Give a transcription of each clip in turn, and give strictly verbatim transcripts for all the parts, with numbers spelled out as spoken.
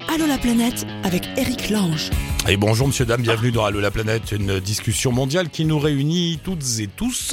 Allô la planète avec Eric Lange. Et bonjour monsieur, dame, bienvenue dans Allô la planète, une discussion mondiale qui nous réunit toutes et tous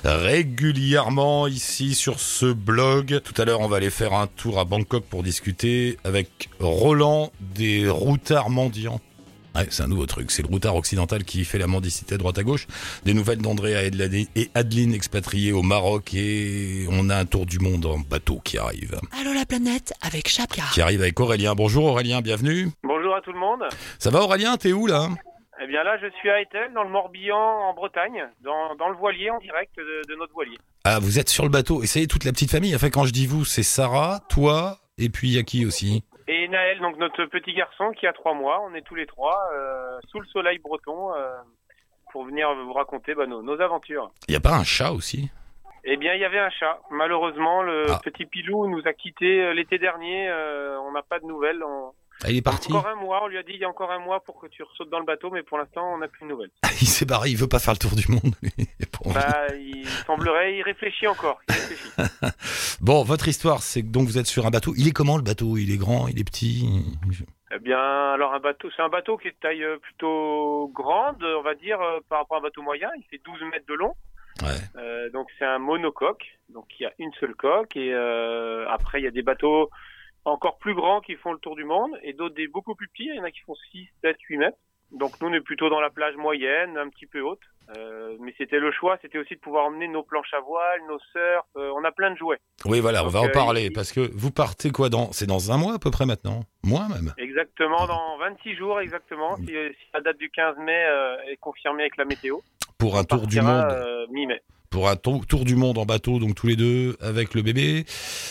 régulièrement ici sur ce blog. Tout à l'heure, on va aller faire un tour à Bangkok pour discuter avec Roland des routards mendiants. Ouais, c'est un nouveau truc, c'est le routard occidental qui fait la mendicité à droite à gauche. Des nouvelles d'Andrea et Adeline expatriés au Maroc, et on a un tour du monde en bateau qui arrive. Allô la planète avec Chapka. Qui arrive avec Aurélien. Bonjour Aurélien, bienvenue. Bonjour à tout le monde. Ça va Aurélien, t'es où là ? Eh bien là, je suis à Etel, dans le Morbihan, en Bretagne, dans, dans le voilier, en direct de, de notre voilier. Ah, vous êtes sur le bateau, et ça y est, toute la petite famille. Enfin, quand je dis vous, c'est Sarah, toi, et puis il y a qui aussi ? Et Naël, donc notre petit garçon qui a trois mois, on est tous les trois euh, sous le soleil breton euh, pour venir vous raconter bah, nos, nos aventures. Il n'y a pas un chat aussi ? Eh bien, il y avait un chat. Malheureusement, le ah. petit Pilou nous a quittés l'été dernier. Euh, on n'a pas de nouvelles. On... Ah, il est parti. Encore un mois, on lui a dit il y a encore un mois pour que tu ressautes dans le bateau, mais pour l'instant, on n'a plus de nouvelles. Ah, il s'est barré, il veut pas faire le tour du monde. bah, il semblerait, il réfléchit encore. Il réfléchit. Bon, votre histoire, c'est que donc vous êtes sur un bateau. Il est comment le bateau ? Il est grand, il est petit ? Eh bien, alors un bateau, c'est un bateau qui est de taille plutôt grande, on va dire, par rapport à un bateau moyen. Il fait douze mètres de long. Ouais. Euh, donc c'est un monocoque, donc il y a une seule coque, et euh, après il y a des bateaux encore plus grands qui font le tour du monde, et d'autres des beaucoup plus petits. Il y en a qui font six, sept, huit mètres. Donc nous on est plutôt dans la plage moyenne, un petit peu haute. Euh, mais c'était le choix, c'était aussi de pouvoir emmener nos planches à voile, nos surfs. Euh, on a plein de jouets. Oui, voilà, donc, on va en euh, parler, ici, parce que vous partez quoi dans... C'est dans un mois à peu près maintenant ? Moins même. Exactement, dans vingt-six jours exactement, si, si la date du quinze mai euh, est confirmée avec la météo. Pour un on tour du partira, monde. Euh, mi-mai. Pour un tour, tour du monde en bateau, donc tous les deux, avec le bébé.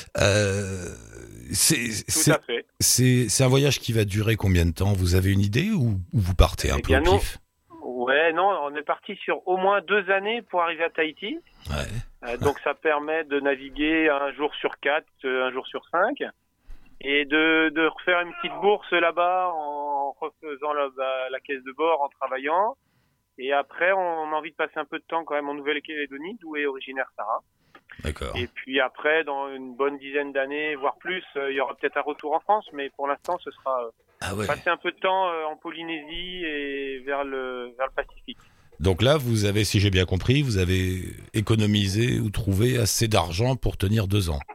Euh, c'est, c'est, Tout à fait. C'est, c'est un voyage qui va durer combien de temps ? Vous avez une idée ou, ou vous partez un Eh peu bien, au non. pif ? Ouais, non, on est parti sur au moins deux années pour arriver à Tahiti. Ouais. Euh, donc ça permet de naviguer un jour sur quatre, un jour sur cinq, et de, de refaire une petite bourse là-bas en refaisant la, la, la caisse de bord, en travaillant. Et après, on a envie de passer un peu de temps quand même en Nouvelle-Calédonie, d'où est originaire Sarah. D'accord. Et puis après, dans une bonne dizaine d'années, voire plus, euh, il y aura peut-être un retour en France, mais pour l'instant, ce sera euh, Ah ouais. passer un peu de temps euh, en Polynésie et vers le, vers le Pacifique. Donc là, vous avez, si j'ai bien compris, vous avez économisé ou trouvé assez d'argent pour tenir deux ans.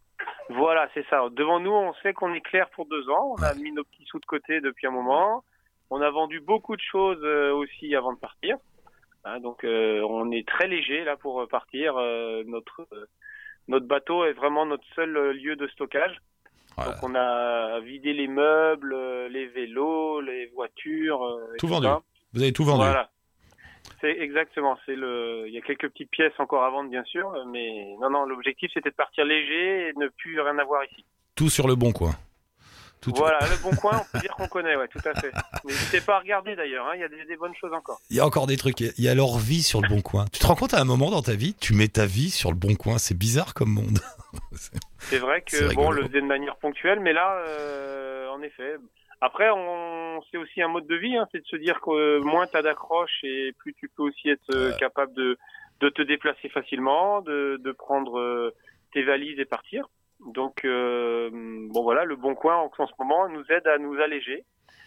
Voilà, c'est ça. Devant nous, on sait qu'on est clair pour deux ans. On a mis nos petits sous de côté depuis un moment. On a vendu beaucoup de choses euh, aussi avant de partir. Hein, donc, euh, on est très léger là pour partir. Euh, notre euh, notre bateau est vraiment notre seul euh, lieu de stockage. Voilà. Donc, on a vidé les meubles, euh, les vélos, les voitures. Euh, et Tout tout vendu. ça. Vous avez tout vendu. Voilà. C'est exactement. C'est le. Il y a quelques petites pièces encore à vendre, bien sûr, mais non, non. L'objectif, c'était de partir léger et de ne plus rien avoir ici. Tout sur le bon coin. Tout Voilà, le Bon Coin, on peut dire qu'on connaît, ouais, tout à fait. N'hésitez pas à regarder d'ailleurs, hein, il y a des, des bonnes choses encore. Il y a encore des trucs, il y a leur vie sur le bon coin. Tu te rends compte à un moment dans ta vie, tu mets ta vie sur le bon coin, c'est bizarre comme monde. C'est vrai que C'est bon, on rigolo. le faisait de manière ponctuelle, mais là, euh, en effet. Après, on, c'est aussi un mode de vie, hein, c'est de se dire que moins t'as d'accroche et plus tu peux aussi être euh, Ouais. capable de, de te déplacer facilement, de, de prendre euh, tes valises et partir. Donc, euh, bon voilà, le Bon Coin en, en ce moment nous aide à nous alléger.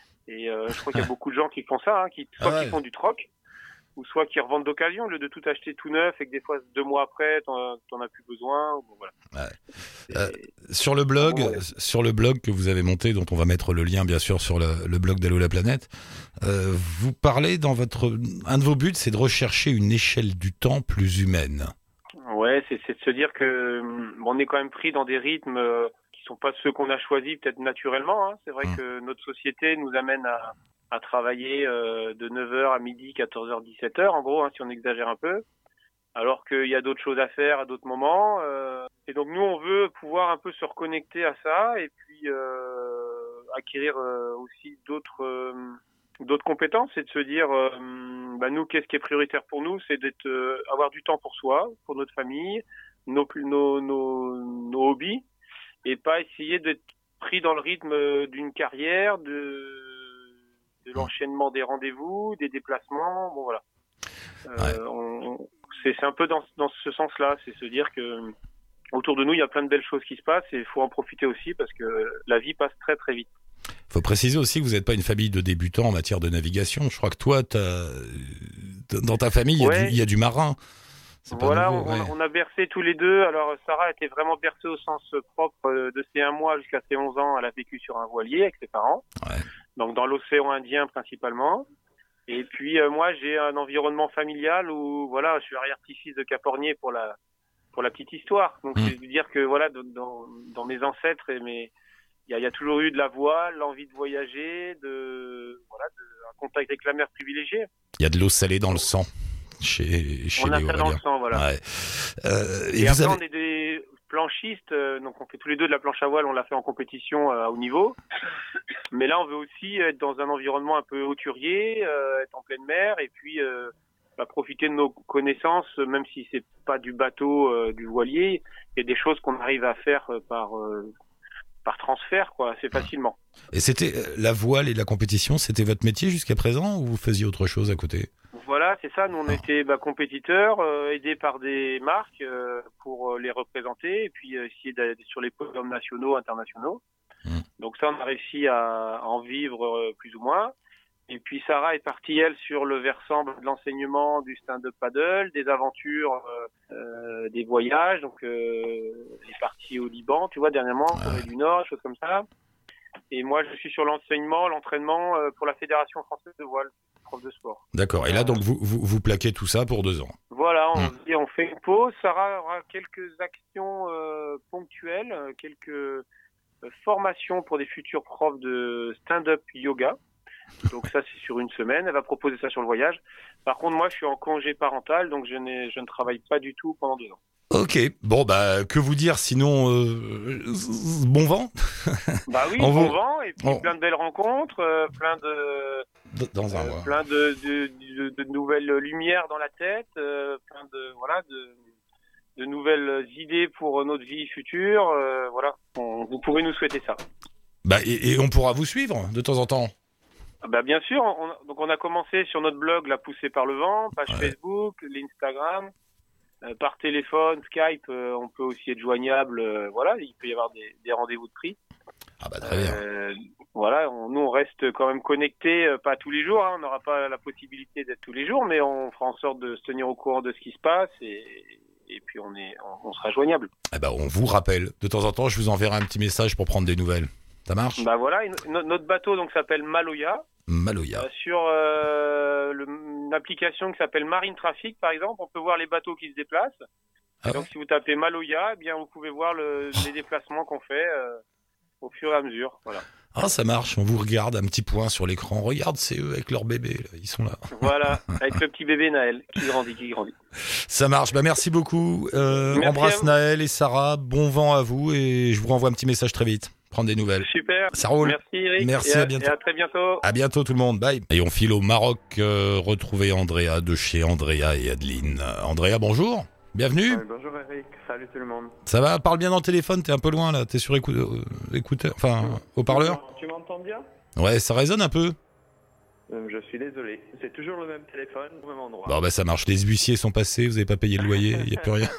Et euh, je crois qu'il y a beaucoup de gens qui font ça, hein, qui soit Ah ouais. qui font du troc, ou soit qui revendent d'occasion, au lieu de tout acheter tout neuf et que des fois deux mois après t'en, t'en as plus besoin. Bon, voilà. Ouais. C'est- Euh, Sur le blog, Bon, ouais. sur le blog que vous avez monté, dont on va mettre le lien bien sûr sur le, le blog d'Allô la planète, euh, vous parlez dans votre, un de vos buts, c'est de rechercher une échelle du temps plus humaine. Ouais, c'est, c'est de se dire que hum, on est quand même pris dans des rythmes euh, qui sont pas ceux qu'on a choisis peut-être naturellement. Hein. C'est vrai Mmh. que notre société nous amène à, à travailler euh, de neuf heures à midi, quatorze heures, dix-sept heures en gros, hein, si on exagère un peu. Alors qu'il y a d'autres choses à faire à d'autres moments. Euh, et donc nous, on veut pouvoir un peu se reconnecter à ça et puis euh, acquérir euh, aussi d'autres euh, d'autres compétences. C'est de se dire, euh, bah nous, qu'est-ce qui est prioritaire pour nous ? C'est d'être euh, avoir du temps pour soi, pour notre famille, nos nos nos, nos hobbies, et pas essayer d'être pris dans le rythme d'une carrière, de de l'enchaînement des rendez-vous, des déplacements. Bon voilà. Euh, Ouais. on, c'est, c'est un peu dans, dans ce sens-là, c'est se dire que autour de nous, il y a plein de belles choses qui se passent et il faut en profiter aussi parce que la vie passe très très vite. Faut préciser aussi que vous n'êtes pas une famille de débutants en matière de navigation. Je crois que toi, t'as... dans ta famille, il y, Ouais. y a du marin. C'est pas Voilà, nouveau, on, ouais. on a bercé tous les deux. Alors Sarah était vraiment bercée au sens propre euh, de ses un mois jusqu'à ses onze ans. Elle a vécu sur un voilier avec ses parents, Ouais. donc dans l'océan Indien principalement. Et puis euh, moi j'ai un environnement familial où voilà, je suis arrière-petit-fils de Capornier pour la pour la petite histoire. Donc Mmh. c'est de dire que voilà, dans, dans mes ancêtres et mes il y a, il y a toujours eu de la voile, l'envie de voyager, de voilà, de, un contact avec la mer privilégié. Il y a de l'eau salée dans le sang chez, chez On a les ça dans le Aurélien. sang, voilà. Ouais. Euh, et Et, vous après, avez... on est des planchistes, euh, donc on fait tous les deux de la planche à voile, on l'a fait en compétition euh, à haut niveau. Mais là, on veut aussi être dans un environnement un peu hauturier, euh, être en pleine mer, et puis euh, bah, profiter de nos connaissances, même si c'est pas du bateau, euh, du voilier. Il y a des choses qu'on arrive à faire euh, par euh, par transfert, quoi, assez facilement. Et c'était euh, la voile et la compétition, c'était votre métier jusqu'à présent ou vous faisiez autre chose à côté? Voilà, c'est ça. Nous, on Ah. était bah, compétiteurs, euh, aidés par des marques euh, pour euh, les représenter et puis euh, essayer d'aller sur les podiums nationaux, internationaux. Mm. Donc ça, on a réussi à, à en vivre euh, plus ou moins. Et puis Sarah est partie, elle, sur le versant de l'enseignement du stand-up paddle, des aventures, euh, euh, des voyages. Donc, euh, elle est partie au Liban, tu vois, dernièrement, en Corée du Nord, choses comme ça. Et moi, je suis sur l'enseignement, l'entraînement euh, pour la Fédération française de voile, prof de sport. D'accord. Et là, donc, vous, vous, vous plaquez tout ça pour deux ans. Voilà, on, Mm. se dit, on fait une pause. Sarah aura quelques actions euh, ponctuelles, euh, quelques euh, formations pour des futurs profs de stand-up yoga. Donc ça, c'est sur une semaine. Elle va proposer ça sur le voyage. Par contre, moi, je suis en congé parental, donc je, n'ai, je ne travaille pas du tout pendant deux ans. Ok. Bon, bah, que vous dire sinon, euh, bon vent Bah oui, On bon vous- vent, et puis on- plein de belles rencontres, euh, plein de, dans un euh, mois. plein de, de, de, de nouvelles lumières dans la tête, euh, plein de, voilà, de, de nouvelles idées pour notre vie future. Euh, voilà, on, vous pourrez nous souhaiter ça. Bah, et, et on pourra vous suivre de temps en temps. Ah bah bien sûr, on, donc on a commencé sur notre blog La Poussée par le vent, page Ouais. Facebook, l'Instagram, euh, par téléphone, Skype, euh, on peut aussi être joignable, euh, voilà, il peut y avoir des, des rendez-vous de prix. Ah bah très bien. Euh, voilà, on, nous on reste quand même connectés, euh, pas tous les jours, hein, on n'aura pas la possibilité d'être tous les jours, mais on fera en sorte de se tenir au courant de ce qui se passe et, et puis on, est, on, on sera joignable. Eh ben, on vous rappelle. De temps en temps, je vous enverrai un petit message pour prendre des nouvelles. Ça marche? Bah voilà, et no- notre bateau donc s'appelle Maloya. Maloya. Euh, sur euh, le, une application qui s'appelle Marine Traffic, par exemple, on peut voir les bateaux qui se déplacent. Ah Donc, ouais. si vous tapez Maloya, eh bien, vous pouvez voir le, les déplacements qu'on fait euh, au fur et à mesure. Voilà. Ah, ça marche. On vous regarde, un petit point sur l'écran. Regarde, c'est eux avec leur bébé. Là. Ils sont là. Voilà, avec le petit bébé Naël qui grandit, qui grandit. Ça marche. Bah, merci beaucoup. Euh, Merci embrasse à vous. Naël et Sarah. Bon vent à vous et je vous renvoie un petit message très vite. Prendre des nouvelles. Super. Ça roule. Merci Eric. Merci, et à bientôt. Et à très bientôt. À bientôt tout le monde. Bye. Et on file au Maroc euh, retrouver Andrea de chez Andrea et Adeline. Euh, Andrea, bonjour. Bienvenue. Euh, bonjour Eric, salut tout le monde. Ça va? Parle bien dans le téléphone. T'es un peu loin là. T'es sur écou- euh, écouteur, enfin haut-parleur. Tu m'entends bien? Ouais, ça résonne un peu. Euh, Je suis désolé, c'est toujours le même téléphone, au même endroit. Bon bah ça marche. Les huissiers sont passés. Vous avez pas payé le loyer. Il y a plus rien.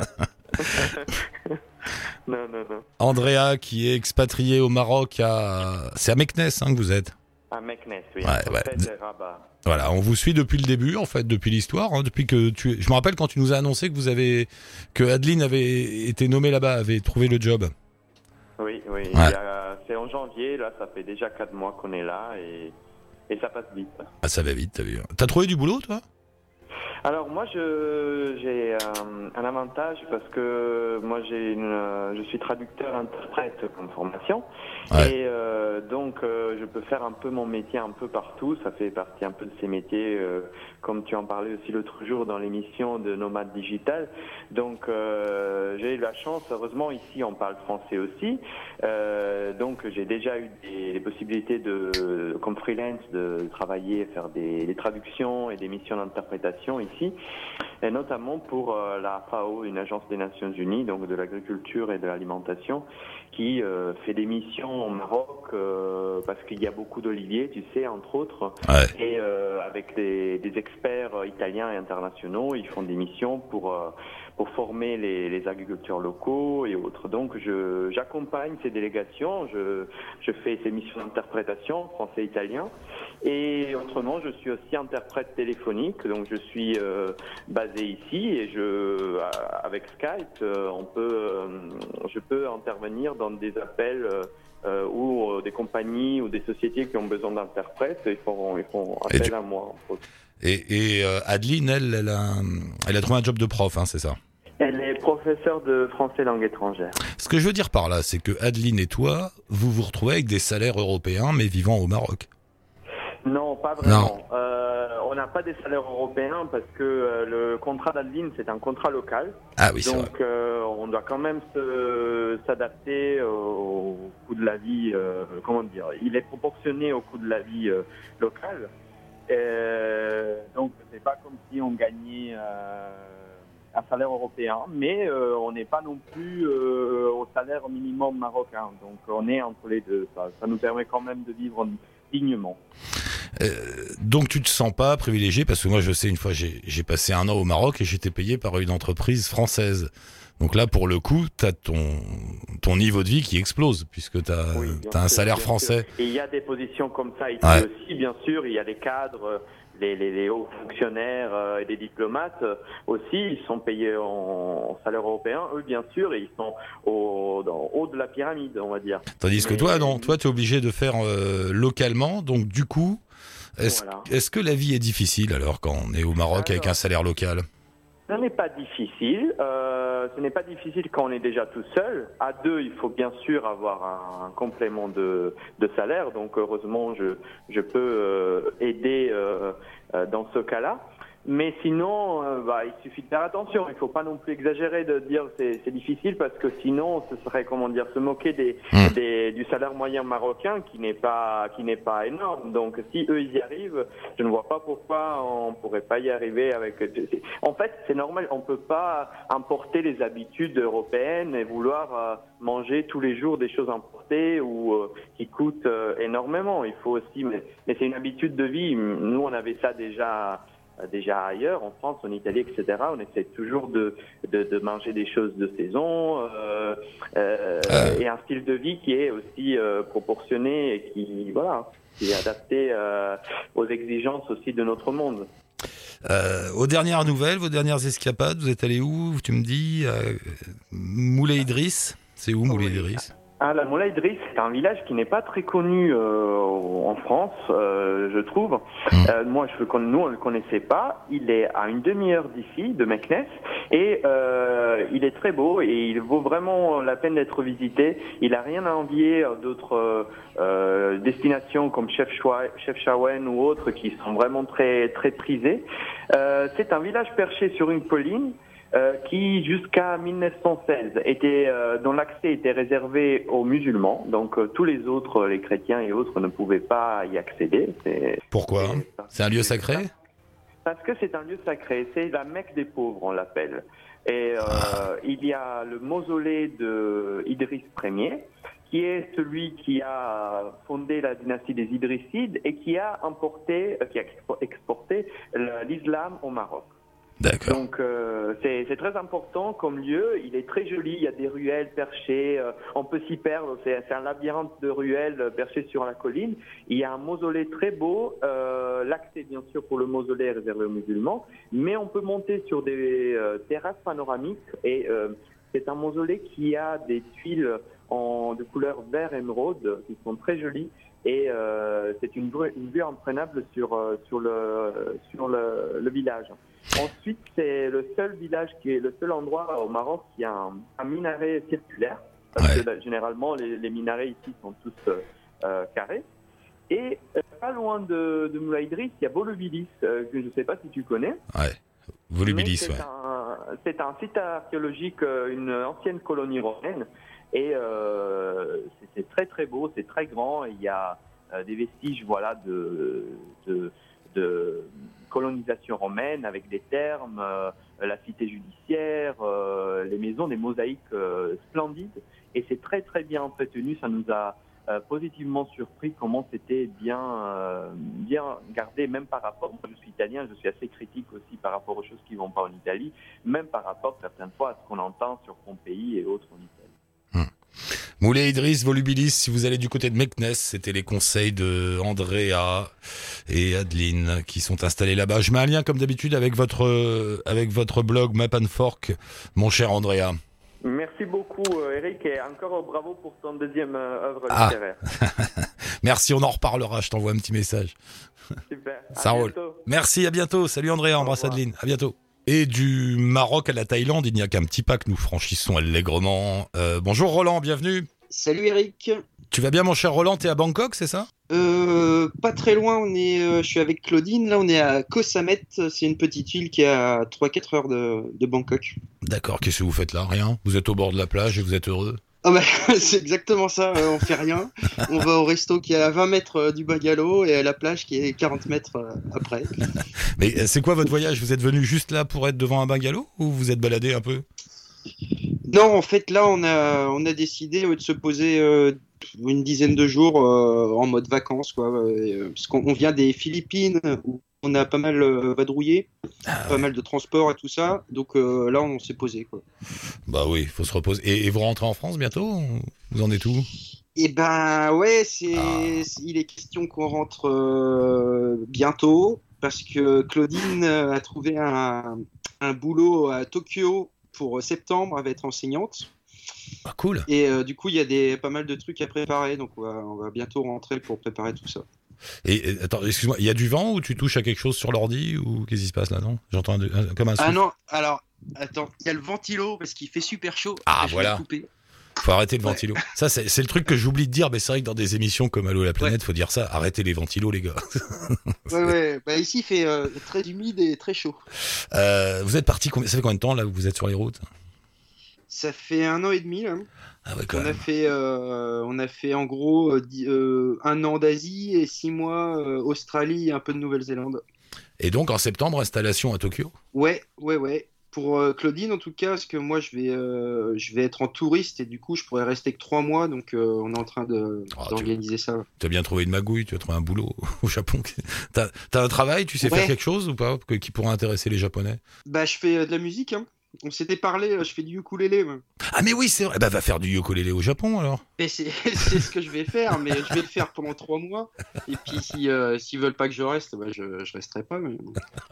non, non, non. Andrea qui est expatriée au Maroc à... C'est à Meknes hein, que vous êtes. À Meknes, oui. Ouais, entre ouais. Fès et Rabat. Voilà, on vous suit depuis le début, en fait, depuis l'histoire, hein, depuis que tu... Je me rappelle quand tu nous as annoncé que vous avez... que Adeline avait été nommée là-bas, avait trouvé le job. Oui, oui. Ouais. il y a- C'est en janvier, là, ça fait déjà quatre mois qu'on est là et, et ça passe vite. Ah, ça va vite, t'as vu. T'as trouvé du boulot, toi? Alors moi je j'ai euh, un avantage parce que moi j'ai une euh, je suis traducteur interprète comme formation Ouais. et euh, donc euh, je peux faire un peu mon métier un peu partout, ça fait partie un peu de ces métiers euh, comme tu en parlais aussi l'autre jour dans l'émission de Nomade Digital. Donc euh, j'ai eu la chance, heureusement ici on parle français aussi. Euh, donc j'ai déjà eu des, des possibilités de comme freelance de travailler, faire des, des traductions et des missions d'interprétation ici, et notamment pour euh, la F A O, une agence des Nations Unies, donc de l'agriculture et de l'alimentation, qui euh, fait des missions au Maroc euh, parce qu'il y a beaucoup d'oliviers, tu sais, entre autres. Ouais. Et euh, avec des, des experts italiens et internationaux, ils font des missions pour euh, pour former les, les agriculteurs locaux et autres. Donc, je j'accompagne ces délégations, je je fais ces missions d'interprétation français-italien. Et autrement, je suis aussi interprète téléphonique, donc je suis euh, basé ici et je avec Skype, euh, on peut euh, je peux intervenir dans des appels euh, Euh, ou euh, des compagnies ou des sociétés qui ont besoin d'interprètes, ils font, ils font appel tu... à moi. Et, et euh, Adeline, elle, elle a, elle a trouvé un job de prof, hein, c'est ça? Elle est professeure de français langue étrangère. Ce que je veux dire par là, c'est que Adeline et toi, vous vous retrouvez avec des salaires européens, mais vivant au Maroc. Non, pas vraiment. Non. Euh, on n'a pas des salaires européens parce que euh, le contrat d'Adeline, c'est un contrat local. Ah oui, c'est Donc, vrai. Euh, on doit quand même se, s'adapter au coût de la vie. Euh, comment dire? Il est proportionné au coût de la vie euh, local. Euh, donc, c'est pas comme si on gagnait euh, un salaire européen, mais euh, on n'est pas non plus euh, au salaire minimum marocain. Donc, on est entre les deux. Ça, ça nous permet quand même de vivre dignement. Euh, donc tu te sens pas privilégié, parce que moi je sais, une fois j'ai, j'ai passé un an au Maroc et j'étais payé par une entreprise française. Donc là pour le coup t'as ton, ton niveau de vie qui explose puisque t'as, oui, t'as un sûr, salaire français. Sûr. Et il y a des positions comme ça ici ouais. aussi, bien sûr, il y a des cadres, les, les, les hauts fonctionnaires euh, et des diplomates euh, aussi, ils sont payés en, en salaire européen, eux bien sûr, et ils sont au, dans, haut de la pyramide, on va dire. Tandis Mais, que toi non, toi t'es obligé de faire euh, localement, donc du coup Est-ce, voilà. est-ce que la vie est difficile alors quand on est au Maroc alors, avec un salaire local? Ce n'est pas difficile. Euh, ce n'est pas difficile quand on est déjà tout seul. À deux, il faut bien sûr avoir un, un complément de, de salaire. Donc heureusement, je, je peux euh, aider euh, euh, dans ce cas-là. Mais sinon, euh, bah, il suffit de faire attention. Il ne faut pas non plus exagérer de dire c'est, c'est difficile parce que sinon, ce serait comment dire se moquer des, mmh. des, du salaire moyen marocain qui n'est pas qui n'est pas énorme. Donc, si eux ils y arrivent, je ne vois pas pourquoi on pourrait pas y arriver avec. En fait, c'est normal. On peut pas importer les habitudes européennes et vouloir euh, manger tous les jours des choses importées ou euh, qui coûtent euh, énormément. Il faut aussi, mais, mais c'est une habitude de vie. Nous, on avait ça déjà. déjà ailleurs, en France, en Italie, et cetera. On essaie toujours de, de, de manger des choses de saison euh, euh, euh. et un style de vie qui est aussi euh, proportionné et qui, voilà, qui est adapté euh, aux exigences aussi de notre monde. Euh, aux dernières nouvelles, vos dernières escapades, vous êtes allé où? Tu me dis euh, Moulay Idriss. C'est où Moulay Idriss? Ah, la Moulay Idriss, c'est un village qui n'est pas très connu euh, en France, euh, je trouve. Mmh. Euh, moi, je, nous, on ne le connaissait pas. Il est à une demi-heure d'ici, de Meknès, et euh, il est très beau et il vaut vraiment la peine d'être visité. Il n'a rien à envier d'autres euh, destinations comme Chefchaouen ou autres qui sont vraiment très très prisées. Euh, c'est un village perché sur une colline. Euh, qui jusqu'à mille neuf cent seize était, euh, dont l'accès était réservé aux musulmans, donc euh, tous les autres, les chrétiens et autres, ne pouvaient pas y accéder. C'est, Pourquoi c'est, c'est un lieu sacré? Parce que c'est un lieu sacré, c'est la Mecque des pauvres, on l'appelle. Et euh, ah. il y a le mausolée de Idriss Ier, qui est celui qui a fondé la dynastie des Idrissides et qui a importé, qui a exporté l'islam au Maroc. D'accord. Donc euh, c'est, c'est très important comme lieu, il est très joli, il y a des ruelles perchées, euh, on peut s'y perdre, c'est, c'est un labyrinthe de ruelles perchées sur la colline. Il y a un mausolée très beau, euh, l'accès bien sûr pour le mausolée est réservé aux musulmans, mais on peut monter sur des euh, terrasses panoramiques et euh, c'est un mausolée qui a des tuiles en, de couleur vert émeraude qui sont très jolies. Et euh, c'est une vue, une vue imprenable sur euh, sur le sur le, le village. Ensuite, c'est le seul village qui est le seul endroit au Maroc qui a un, un minaret circulaire. Parce ouais. que là, généralement, les, les minarets ici sont tous euh, euh, carrés. Et euh, pas loin de, de Moulay Idriss, il y a Volubilis, euh, que je ne sais pas si tu connais. Ouais. Volubilis, c'est ouais. Un, c'est un site archéologique, une ancienne colonie romaine. Et euh, c'est, c'est très très beau, c'est très grand. Il y a euh, des vestiges, voilà, de, de, de colonisation romaine avec des thermes, euh, la cité judiciaire, euh, les maisons, des mosaïques euh, splendides. Et c'est très très bien entretenu. Ça nous a euh, positivement surpris comment c'était bien, euh, bien gardé, même par rapport, moi je suis italien, je suis assez critique aussi par rapport aux choses qui ne vont pas en Italie, même par rapport certaines fois à ce qu'on entend sur Pompéi et autres en Italie. Hum. Moulay Idriss, Volubilis, si vous allez du côté de Meknès, c'était les conseils de Andrea et Adeline qui sont installés là-bas. Je mets un lien comme d'habitude avec votre, avec votre blog Map and Fork, mon cher Andrea. Merci beaucoup Eric et encore bravo pour ton deuxième œuvre ah. littéraire. Merci, on en reparlera, je t'envoie un petit message. Super, ça à roule. bientôt. Merci, à bientôt. Salut Andrea, embrasse Adeline, à bientôt. Et du Maroc à la Thaïlande, il n'y a qu'un petit pas que nous franchissons allègrement. Euh, bonjour Roland, bienvenue. Salut Eric. Tu vas bien mon cher Roland, t'es à Bangkok, c'est ça ? Euh, pas très loin, on est, euh, je suis avec Claudine, là on est à Koh Samet, c'est une petite île qui est à trois à quatre heures de, de Bangkok. D'accord, qu'est-ce que vous faites là ? Rien ? Vous êtes au bord de la plage et vous êtes heureux ? Ah bah, c'est exactement ça, euh, on fait rien. On va au resto qui est à vingt mètres euh, du bungalow et à la plage qui est quarante mètres euh, après. Mais euh, c'est quoi votre voyage ? Vous êtes venu juste là pour être devant un bungalow ou vous êtes baladé un peu ? Non, en fait là on a, on a décidé ouais, de se poser euh, une dizaine de jours euh, en mode vacances, quoi, euh, parce qu'on on vient des Philippines où on a pas mal euh, vadrouillé, ah, pas ouais. mal de transport et tout ça, donc euh, là on s'est posé, quoi. Bah oui, il faut se reposer. Et, et vous rentrez en France bientôt ? Vous en êtes où ? Eh ben ouais, c'est, ah. il est question qu'on rentre euh, bientôt, parce que Claudine a trouvé un, un boulot à Tokyo pour septembre, elle va être enseignante. Ah, cool. Et euh, du coup, il y a des, pas mal de trucs à préparer, donc on va, on va bientôt rentrer pour préparer tout ça. Et, et attends, excuse-moi, il y a du vent ou tu touches à quelque chose sur l'ordi ou qu'est-ce qui se passe là, non ? J'entends un, un, comme un souffle. Ah non, alors, attends, il y a le ventilo parce qu'il fait super chaud. Ah voilà. Faut arrêter le ventilo. Ouais. Ça, c'est, c'est le truc que j'oublie de dire, mais c'est vrai que dans des émissions comme Allô la planète, ouais. faut dire ça. Arrêtez les ventilos, les gars. ouais, ouais. Bah ici, il fait euh, très humide et très chaud. Euh, vous êtes parti, ça fait combien de temps là où vous êtes sur les routes ? Ça fait un an et demi là. Ah ouais, quand on même. a fait, euh, on a fait en gros euh, dix, euh, un an d'Asie et six mois euh, Australie et un peu de Nouvelle-Zélande. Et donc en septembre, installation à Tokyo ? Ouais, ouais, ouais. Pour euh, Claudine en tout cas, parce que moi je vais, euh, je vais être en touriste et du coup je pourrais rester que trois mois, donc euh, on est en train de, oh, d'organiser tu... ça. Tu as bien trouvé une magouille, tu as trouvé un boulot au Japon. T'as, t'as un travail, tu sais ouais. faire quelque chose ou pas qui pourrait intéresser les Japonais ? Bah je fais euh, de la musique, hein. On s'était parlé, je fais du ukulélé. Moi. Ah mais oui, c'est vrai. Bah va faire du ukulélé au Japon alors. Mais c'est, c'est ce que je vais faire, mais je vais le faire pendant trois mois. Et puis si euh, s'ils veulent pas que je reste, bah je je resterai pas. Mais...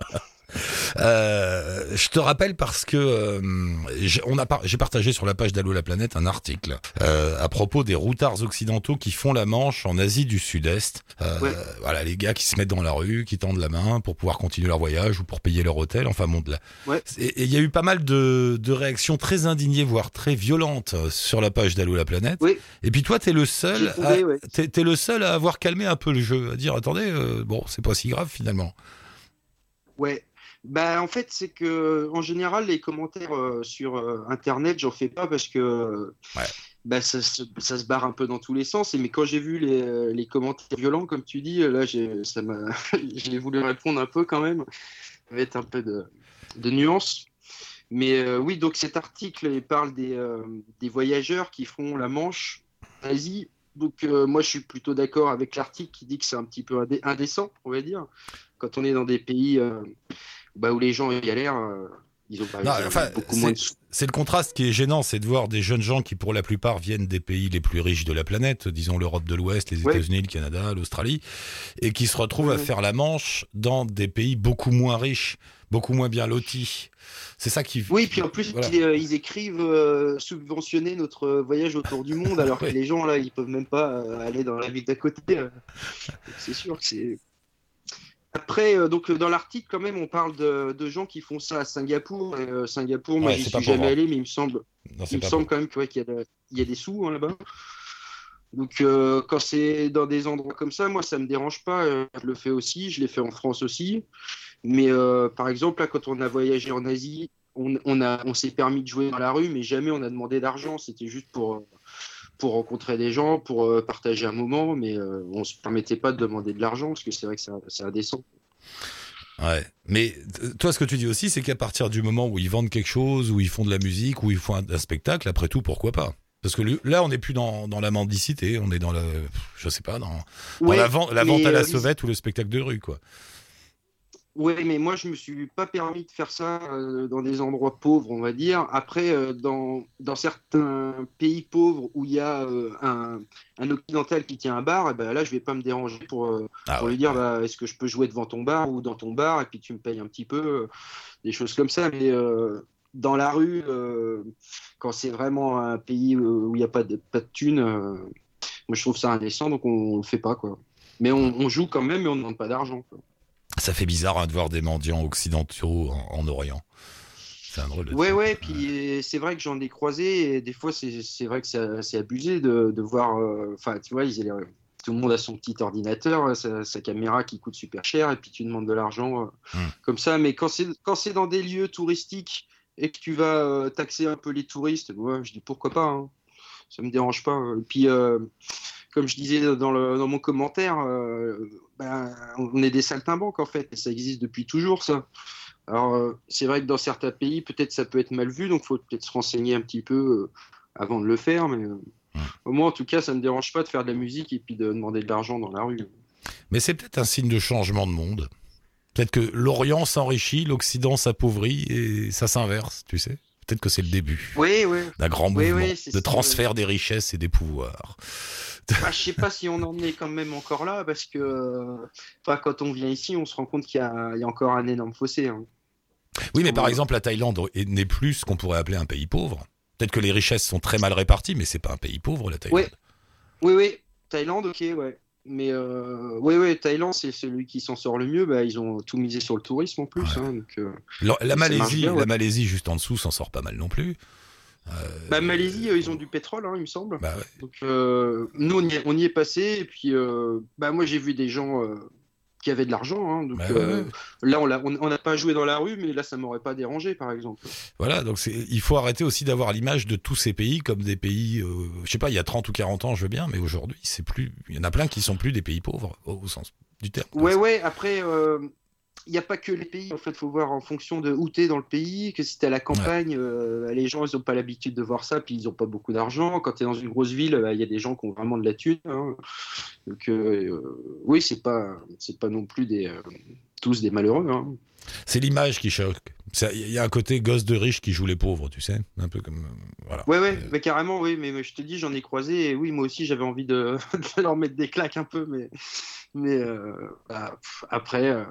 Euh, je te rappelle parce que euh, j'ai, on a par, j'ai partagé sur la page d'Allô la planète un article euh, à propos des routards occidentaux qui font la Manche en Asie du Sud-Est. Euh, ouais. Voilà, les gars qui se mettent dans la rue, qui tendent la main pour pouvoir continuer leur voyage ou pour payer leur hôtel. Enfin bon, de là. Ouais. Et il y a eu pas mal de, de réactions très indignées, voire très violentes sur la page d'Allô la planète. Oui. Et puis toi, t'es le seul, trouvé, à, ouais. t'es, t'es le seul à avoir calmé un peu le jeu, à dire attendez, euh, bon, c'est pas si grave finalement. Ouais. Bah en fait c'est que en général les commentaires euh, sur euh, internet j'en fais pas parce que ouais. bah ça, ça se barre un peu dans tous les sens et mais quand j'ai vu les, les commentaires violents comme tu dis là j'ai ça m'a j'ai voulu répondre un peu quand même avec un peu de, de nuance mais euh, oui donc cet article il parle des euh, des voyageurs qui font la Manche en Asie. Donc euh, moi je suis plutôt d'accord avec l'article qui dit que c'est un petit peu indé- indécent on va dire quand on est dans des pays euh, bah, où les gens galèrent, euh, ils ont pas non, ils ont enfin, beaucoup c'est, moins de sous. C'est le contraste qui est gênant, c'est de voir des jeunes gens qui pour la plupart viennent des pays les plus riches de la planète, disons l'Europe de l'Ouest, les ouais. États-Unis, le Canada, l'Australie, et qui se retrouvent ouais. à faire la Manche dans des pays beaucoup moins riches, beaucoup moins bien lotis. C'est ça qui... Oui, puis en plus, voilà. ils, euh, ils écrivent euh, subventionner notre voyage autour du monde, alors oui. que les gens, là, ils peuvent même pas euh, aller dans la ville d'à côté. Euh. C'est sûr que c'est... Après, euh, donc dans l'article, quand même, on parle de, de gens qui font ça à Singapour. Et, euh, Singapour, moi, ouais, j'y suis jamais allé, mais il me semble, non, il me semble quand même que, ouais, qu'il y a, de, il y a des sous hein, là-bas. Donc, euh, quand c'est dans des endroits comme ça, moi, ça me dérange pas. Euh, je le fais aussi, je l'ai fait en France aussi. Mais euh, par exemple, là, quand on a voyagé en Asie, on, on, a, on s'est permis de jouer dans la rue, mais jamais on a demandé d'argent. C'était juste pour... pour rencontrer des gens, pour euh, partager un moment, mais euh, on ne se permettait pas de demander de l'argent, parce que c'est vrai que c'est, c'est indécent. Ouais, mais toi, ce que tu dis aussi, c'est qu'à partir du moment où ils vendent quelque chose, où ils font de la musique, où ils font un, un spectacle, après tout, pourquoi pas ? Parce que là, on n'est plus dans, dans la mendicité, on est dans la, je sais pas, dans, dans Ouais, la, vente, la vente mais, à la euh, sauvette ou le spectacle de rue, quoi. Oui, mais moi, je me suis pas permis de faire ça euh, dans des endroits pauvres, on va dire. Après, euh, dans, dans certains pays pauvres où il y a euh, un, un occidental qui tient un bar, et ben là, je vais pas me déranger pour, euh, Ah pour ouais. lui dire, bah, est-ce que je peux jouer devant ton bar ou dans ton bar, et puis tu me payes un petit peu, euh, des choses comme ça. Mais euh, dans la rue, euh, quand c'est vraiment un pays euh, où il n'y a pas de, pas de thunes, euh, moi, je trouve ça indécent, donc on, on le fait pas, quoi. Mais on, on joue quand même, mais on ne demande pas d'argent, quoi. Ça fait bizarre hein, de voir des mendiants occidentaux en, en Orient. C'est un drôle de Ouais, truc. ouais, puis c'est vrai que j'en ai croisé, et des fois, c'est c'est vrai que c'est c'est abusé de, de voir. Enfin, tu vois, ils, tout le monde a son petit ordinateur, sa, sa caméra qui coûte super cher, et puis tu demandes de l'argent euh, Mm. comme ça. Mais quand c'est quand c'est dans des lieux touristiques et que tu vas euh, taxer un peu les touristes, ouais, je dis pourquoi pas, hein. Ça me dérange pas. Et puis, euh, comme je disais dans, le, dans mon commentaire, euh, ben, on est des saltimbanques en fait, et ça existe depuis toujours, ça. Alors, euh, c'est vrai que dans certains pays, peut-être ça peut être mal vu, donc il faut peut-être se renseigner un petit peu euh, avant de le faire, mais euh, Ouais. au moins, en tout cas, ça ne me dérange pas de faire de la musique et puis de demander de l'argent dans la rue. Mais c'est peut-être un signe de changement de monde. Peut-être que l'Orient s'enrichit, l'Occident s'appauvrit et ça s'inverse, tu sais. Peut-être que c'est le début Oui, oui. d'un grand Oui, mouvement oui, c'est de ça, transfert des richesses et des pouvoirs. Bah, je sais pas si on en est quand même encore là, parce que euh, enfin, quand on vient ici, on se rend compte qu'il y a, il y a encore un énorme fossé, hein. Oui, mais par Ouais. exemple, la Thaïlande est- n'est plus ce qu'on pourrait appeler un pays pauvre. Peut-être que les richesses sont très mal réparties, mais c'est pas un pays pauvre, la Thaïlande. Ouais. Oui, oui. Thaïlande, ok, ouais. Mais euh, oui, oui, Thaïlande, c'est celui qui s'en sort le mieux. Bah, ils ont tout misé sur le tourisme en plus, Ouais. hein, donc, euh, La, la Ça marche Malaisie, bien, ouais. la Malaisie, juste en dessous, s'en sort pas mal non plus. Euh, Bah, Malaisie, euh, ils ont du pétrole, hein, il me semble. Bah ouais. Donc, euh, nous, on y, est, on y est passé. Et puis, euh, bah, moi, j'ai vu des gens euh, qui avaient de l'argent, hein, donc, Bah euh, ouais. là, on l'a- on on n'a pas joué dans la rue, mais là, ça m'aurait pas dérangé, par exemple. Voilà, donc c'est, il faut arrêter aussi d'avoir l'image de tous ces pays comme des pays, euh, je sais pas, il y a trente ou quarante ans, je veux bien, mais aujourd'hui, c'est plus, il y en a plein qui sont plus des pays pauvres, au, au sens du terme. Ouais, ouais, après, euh, il n'y a pas que les pays. En fait, il faut voir en fonction de où tu es dans le pays, que si tu es à la campagne, euh, les gens, ils n'ont pas l'habitude de voir ça, puis ils n'ont pas beaucoup d'argent. Quand tu es dans une grosse ville, il y a des gens qui ont vraiment de la thune, hein. Donc, euh, euh, oui, c'est pas, c'est pas non plus des, euh, tous des malheureux, hein. C'est l'image qui choque. Ça- Il y a un côté gosse de riche qui joue les pauvres, tu sais, un peu comme, euh, voilà. Ouais, ouais, Euh, mais carrément, oui, mais, mais je te dis, j'en ai croisé, et oui, moi aussi, j'avais envie de, de leur mettre des claques un peu, mais, mais euh, bah, pff, après, euh,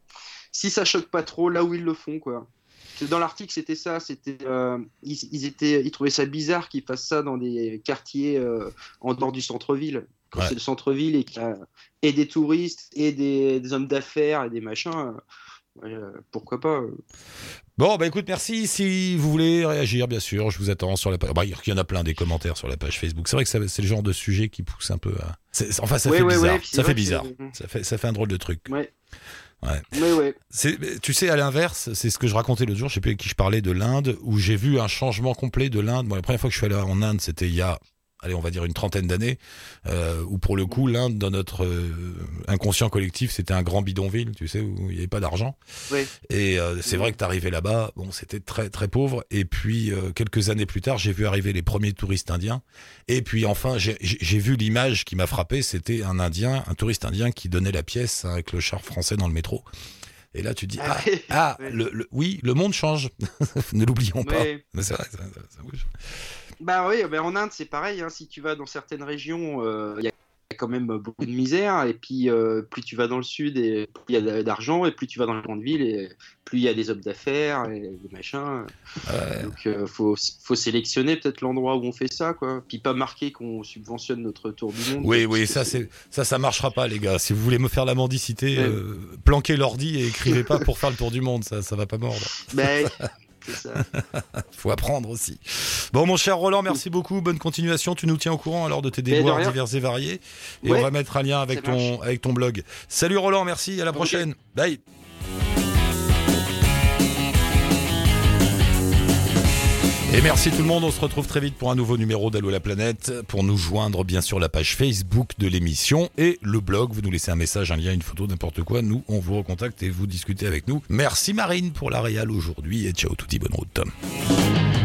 si ça choque pas trop, là où ils le font, quoi. Dans l'article, c'était ça, c'était, euh, ils, ils étaient, ils trouvaient ça bizarre qu'ils fassent ça dans des quartiers euh, en dehors du centre-ville. Quand Ouais. c'est le centre-ville et qu'il y a et des touristes et des, des hommes d'affaires et des machins, euh, euh, pourquoi pas. euh. Bon, bah écoute, merci. Si vous voulez réagir, bien sûr, je vous attends sur la page. Bah, il y en a plein des commentaires sur la page Facebook. C'est vrai que ça- c'est le genre de sujet qui pousse un peu à. c'est- Enfin, ça Ouais, fait ouais, bizarre. ouais, puis c'est ça vrai fait que bizarre. c'est- Ça fait, ça fait un drôle de truc. Ouais. Ouais. Ouais, ouais. C'est, tu sais, à l'inverse, c'est ce que je racontais l'autre jour, je sais plus avec qui je parlais de l'Inde, où j'ai vu un changement complet de l'Inde. Bon, la première fois que je suis allé en Inde, c'était il y a, allez, on va dire une trentaine d'années, euh, où pour le coup, l'Inde, dans notre euh, inconscient collectif, c'était un grand bidonville, tu sais, où il n'y avait pas d'argent. Ouais. Et euh, c'est vrai que t'arrivais là-bas, bon, c'était très très pauvre. Et puis euh, quelques années plus tard, j'ai vu arriver les premiers touristes indiens. Et puis enfin, j'ai, j'ai j'ai vu l'image qui m'a frappé. C'était un Indien, un touriste indien qui donnait la pièce avec le char français dans le métro. Et là, tu te dis ah, ouais. ah Ouais. le, le- oui, le monde change. Ne l'oublions pas. Ouais. Mais c'est vrai, ça, ça- ça bouge. Bah oui, ben en Inde, c'est pareil, hein. Si tu vas dans certaines régions, euh, il y a quand même beaucoup de misère. Et puis, euh, plus tu vas dans le sud, et plus il y a d'argent. Et plus tu vas dans les grandes villes, et plus il y a des hommes d'affaires et des machins. Ouais. Donc, euh, faut, faut sélectionner peut-être l'endroit où on fait ça, quoi. Puis pas marquer qu'on subventionne notre tour du monde. Oui, Parce oui, que ça, c'est, ça, ça marchera pas, les gars. Si vous voulez me faire la mendicité, Ouais. euh, planquez l'ordi et écrivez pas pour faire le tour du monde. Ça, ça va pas mordre. Ben, c'est ça. Faut apprendre aussi. Bon, mon cher Roland, merci beaucoup. Bonne continuation. Tu nous tiens au courant alors de tes Mais de déboires rien. divers et variés. Et Ouais, on va mettre un lien avec ça marche. ton, avec ton blog. Salut Roland, merci. À la Ok. prochaine. Bye. Et merci tout le monde, on se retrouve très vite pour un nouveau numéro d'Allo la planète. Pour nous joindre, bien sûr, la page Facebook de l'émission et le blog. Vous nous laissez un message, un lien, une photo, n'importe quoi. Nous, on vous recontacte et vous discutez avec nous. Merci Marine pour la réal aujourd'hui et ciao touti, bonne route.